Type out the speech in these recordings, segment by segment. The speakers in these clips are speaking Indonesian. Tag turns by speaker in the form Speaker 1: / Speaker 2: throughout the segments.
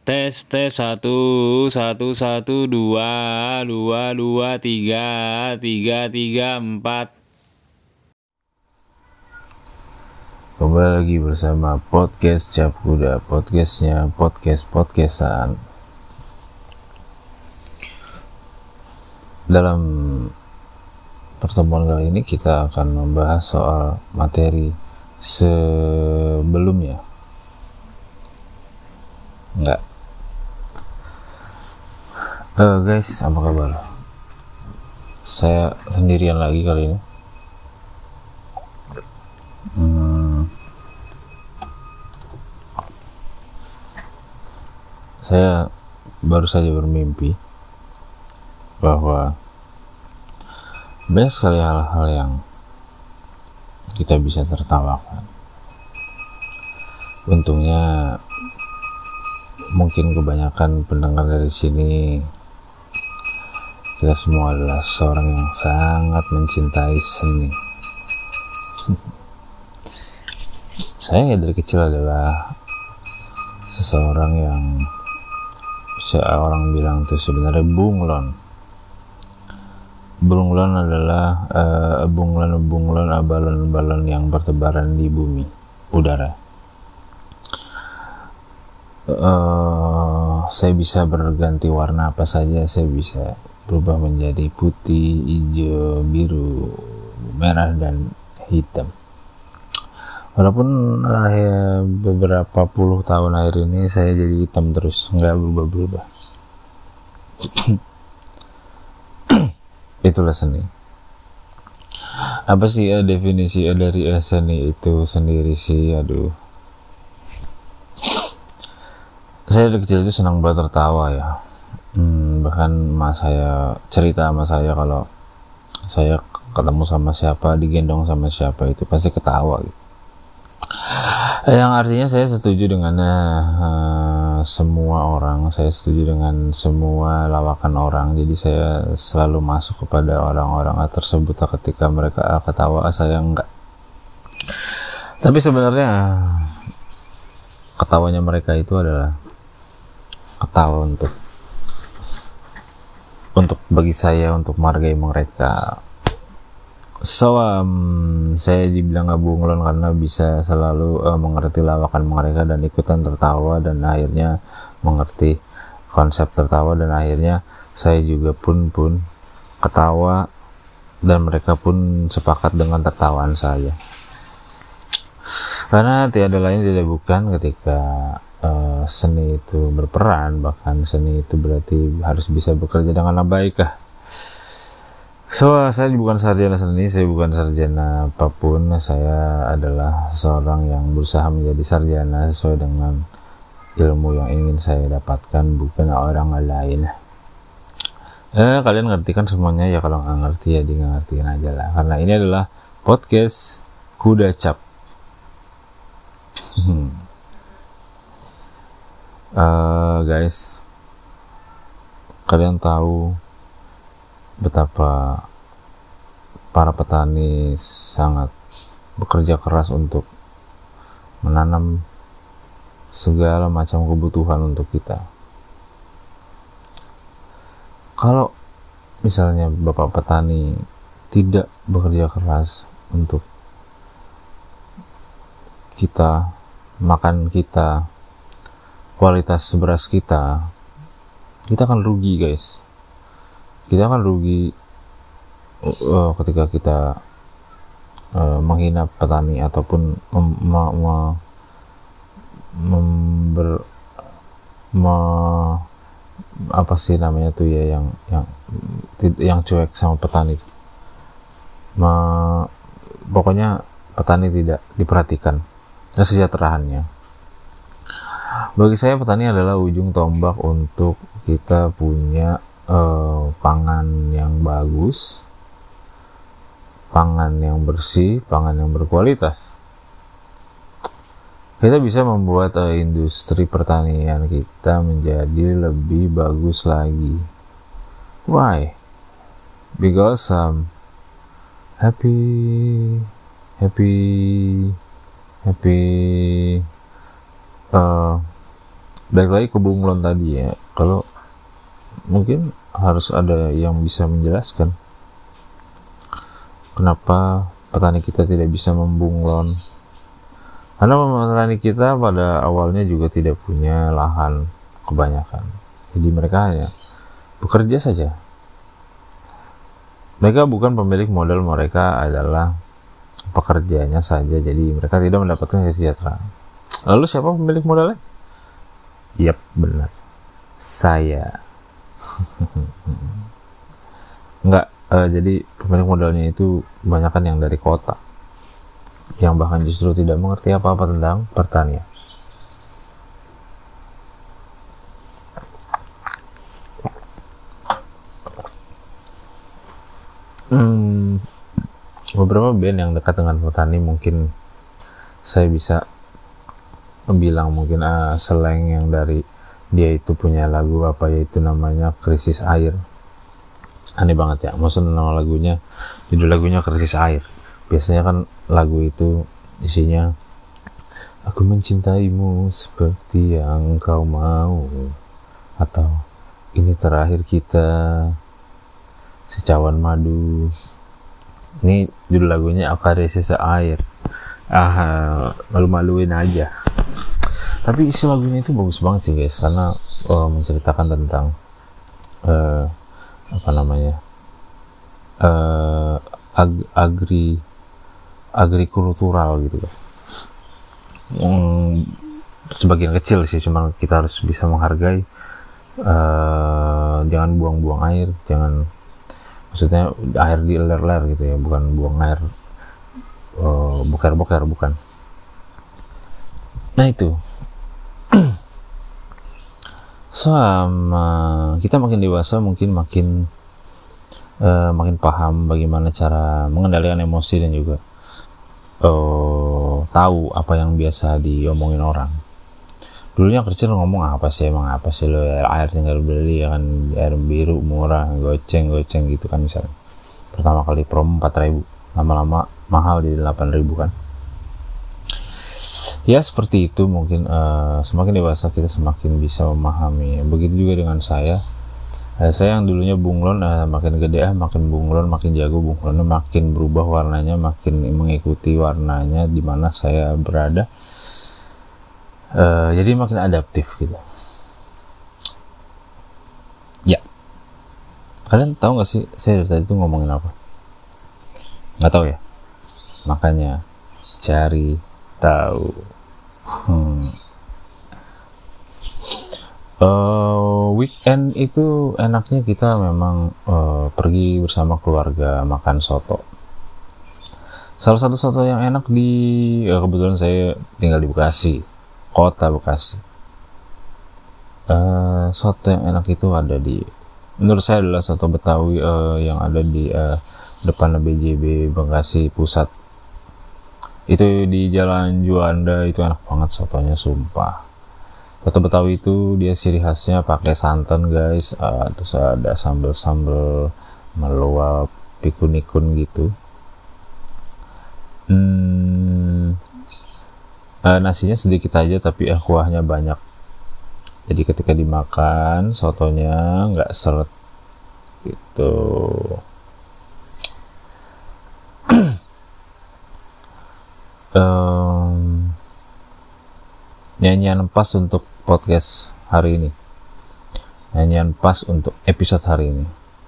Speaker 1: Tes tes satu satu satu dua dua dua tiga tiga tiga empat.
Speaker 2: Kembali lagi bersama podcast Cap Kuda, podcastnya podcastan. Dalam pertemuan kali ini kita akan membahas soal materi sebelumnya. Guys, apa kabar? Saya sendirian lagi kali ini. Saya baru saja bermimpi bahwa banyak sekali hal-hal yang kita bisa tertawakan. Untungnya mungkin kebanyakan pendengar dari sini kita semua adalah seorang yang sangat mencintai seni. Saya dari kecil adalah seseorang yang bisa orang bilang itu sebenarnya bunglon. Bunglon adalah bunglon balon-balon yang bertebaran di bumi, udara. Saya bisa berganti warna apa saja. Saya bisa berubah menjadi putih, hijau, biru, merah, dan hitam. Walaupun beberapa puluh tahun akhir ini saya jadi hitam terus, nggak berubah-berubah. Itulah seni. Apa sih definisi dari seni itu sendiri sih? Aduh. Saya dari kecil itu senang banget tertawa ya. Bahkan mas saya cerita sama saya kalau saya ketemu sama siapa, digendong sama siapa, itu pasti ketawa gitu. Yang artinya saya setuju dengan semua orang, saya setuju dengan semua lawakan orang. Jadi saya selalu masuk kepada orang-orang tersebut ketika mereka ketawa, saya enggak. Tapi sebenarnya ketawanya mereka itu adalah ketawa untuk bagi saya, untuk menghargai mereka. Saya dibilang bunglon karena bisa selalu mengerti lawakan mereka dan ikutan tertawa, dan akhirnya mengerti konsep tertawa, dan akhirnya saya juga pun ketawa dan mereka pun sepakat dengan tertawaan saya. Karena tiada lain tidak bukan ketika seni itu berperan, bahkan seni itu berarti harus bisa bekerja dengan baik kah. Saya bukan sarjana seni, saya bukan sarjana apapun. Saya adalah seorang yang berusaha menjadi sarjana sesuai dengan ilmu yang ingin saya dapatkan, bukan orang lain. Kalian ngerti kan semuanya ya? Kalau nggak ngerti ya di ngertiin aja lah, karena ini adalah podcast Kuda Cap. Guys, kalian tahu betapa para petani sangat bekerja keras untuk menanam segala macam kebutuhan untuk kita. Kalau misalnya bapak petani tidak bekerja keras untuk kita, makan kita, kualitas beras kita akan rugi guys. Kita akan rugi ketika kita menghina petani ataupun apa sih namanya tuh ya, yang cuek sama petani. Pokoknya petani tidak diperhatikan kesejahteraannya. Bagi saya petani adalah ujung tombak untuk kita punya pangan yang bagus, pangan yang bersih, pangan yang berkualitas. Kita bisa membuat industri pertanian kita menjadi lebih bagus lagi. Why? Because happy Balik lagi ke bunglon tadi ya, kalau mungkin harus ada yang bisa menjelaskan kenapa petani kita tidak bisa membunglon. Karena petani kita pada awalnya juga tidak punya lahan kebanyakan, jadi mereka hanya bekerja saja. Mereka bukan pemilik modal, mereka adalah pekerjanya saja, jadi mereka tidak mendapatkan kesejahteraan. Lalu siapa pemilik modalnya? Yap, benar, saya. Enggak, jadi pemilik modalnya itu kebanyakan yang dari kota, yang bahkan justru tidak mengerti apa-apa tentang pertanian. Beberapa band yang dekat dengan petani mungkin saya bisa bilang mungkin slang yang dari dia itu punya lagu apa, yaitu namanya Krisis Air. Aneh banget ya, maksudnya nama lagunya, judul lagunya Krisis Air. Biasanya kan lagu itu isinya aku mencintaimu seperti yang kau mau, atau ini terakhir kita secawan madu. Ini judul lagunya Krisis Air. Malu-maluin aja. Tapi isi lagunya itu bagus banget sih guys, karena menceritakan tentang agrikultural gitu guys. Sebagian kecil sih, cuma kita harus bisa menghargai, jangan buang-buang air, jangan, maksudnya air di ler-ler gitu ya, bukan buang air boker-boker, bukan. Nah itu sama kita makin dewasa mungkin makin paham bagaimana cara mengendalikan emosi, dan juga tahu apa yang biasa diomongin orang. Dulunya kecil ngomong apa sih lo, air tinggal beli ya kan, air biru murah, goceng gitu kan, misalnya pertama kali promo 4.000, lama-lama mahal jadi 8.000 kan. Ya seperti itu mungkin, semakin dewasa kita semakin bisa memahami. Begitu juga dengan saya yang dulunya bunglon, makin gede makin bunglon, makin jago bunglonnya, makin berubah warnanya, makin mengikuti warnanya di mana saya berada. Jadi makin adaptif gitu. Ya, kalian tahu nggak sih saya dari tadi tuh ngomongin apa? Nggak tahu ya? Makanya cari tahu. Weekend itu enaknya kita memang pergi bersama keluarga makan soto. Salah satu soto yang enak kebetulan saya tinggal di Bekasi, kota Bekasi. Soto yang enak itu ada menurut saya adalah soto Betawi yang ada di depan BJB Bekasi Pusat. Itu di Jalan Juanda, itu enak banget sotonya, sumpah. Soto Betawi itu dia ciri khasnya pakai santan guys, terus ada sambal meluap, pikun-ikun gitu. Nasinya sedikit aja tapi kuahnya banyak, jadi ketika dimakan sotonya nggak seret gitu. Nyanyian pas untuk podcast hari ini, nyanyian pas untuk episode hari ini.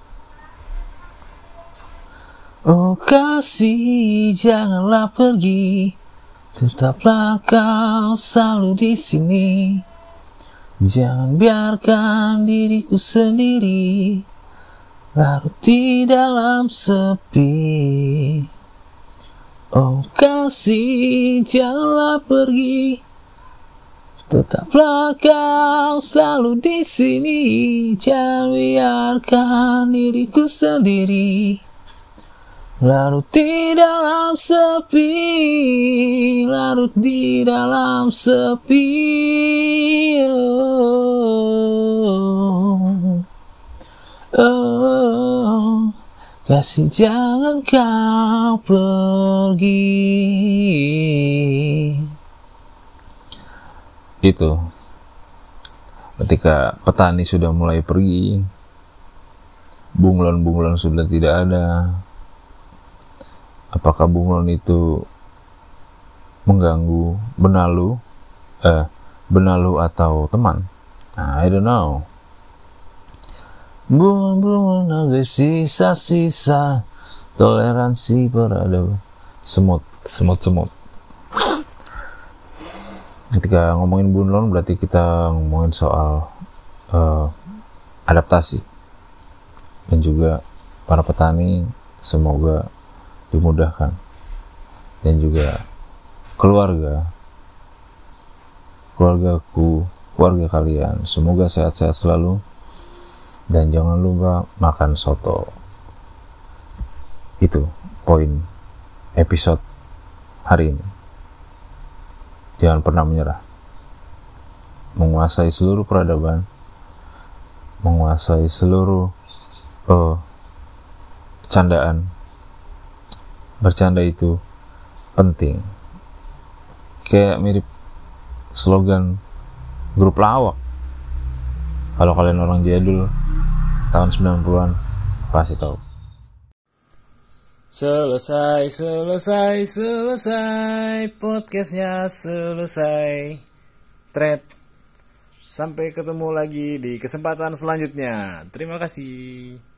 Speaker 2: Oh kasih, janganlah pergi, tetaplah kau selalu di sini. Jangan biarkan diriku sendiri larut di dalam sepi. Oh kasih, janganlah pergi, tetaplah kau selalu di sini. Jangan biarkan diriku sendiri larut di dalam sepi, larut di dalam sepi. Oh, kasih jangan kau pergi. Itu Ketika petani sudah mulai pergi, bunglon-bunglon sudah tidak ada. Apakah bunglon itu mengganggu benalu atau teman? I don't know. Bunglon agak sisa-sisa toleransi peradaban. Semut. Ketika ngomongin bunglon berarti kita ngomongin soal adaptasi, dan juga para petani semoga dimudahkan, dan juga keluargaku, keluarga kalian semoga sehat-sehat selalu, dan jangan lupa makan soto. Itu poin episode hari ini. Jangan pernah menyerah. Menguasai seluruh peradaban, menguasai seluruh candaan. Bercanda itu penting. Kayak mirip slogan grup lawak. Kalau kalian orang jadul tahun 90-an pasti tahu.
Speaker 1: Selesai, podcastnya selesai. Thread. Sampai ketemu lagi di kesempatan selanjutnya. Terima kasih.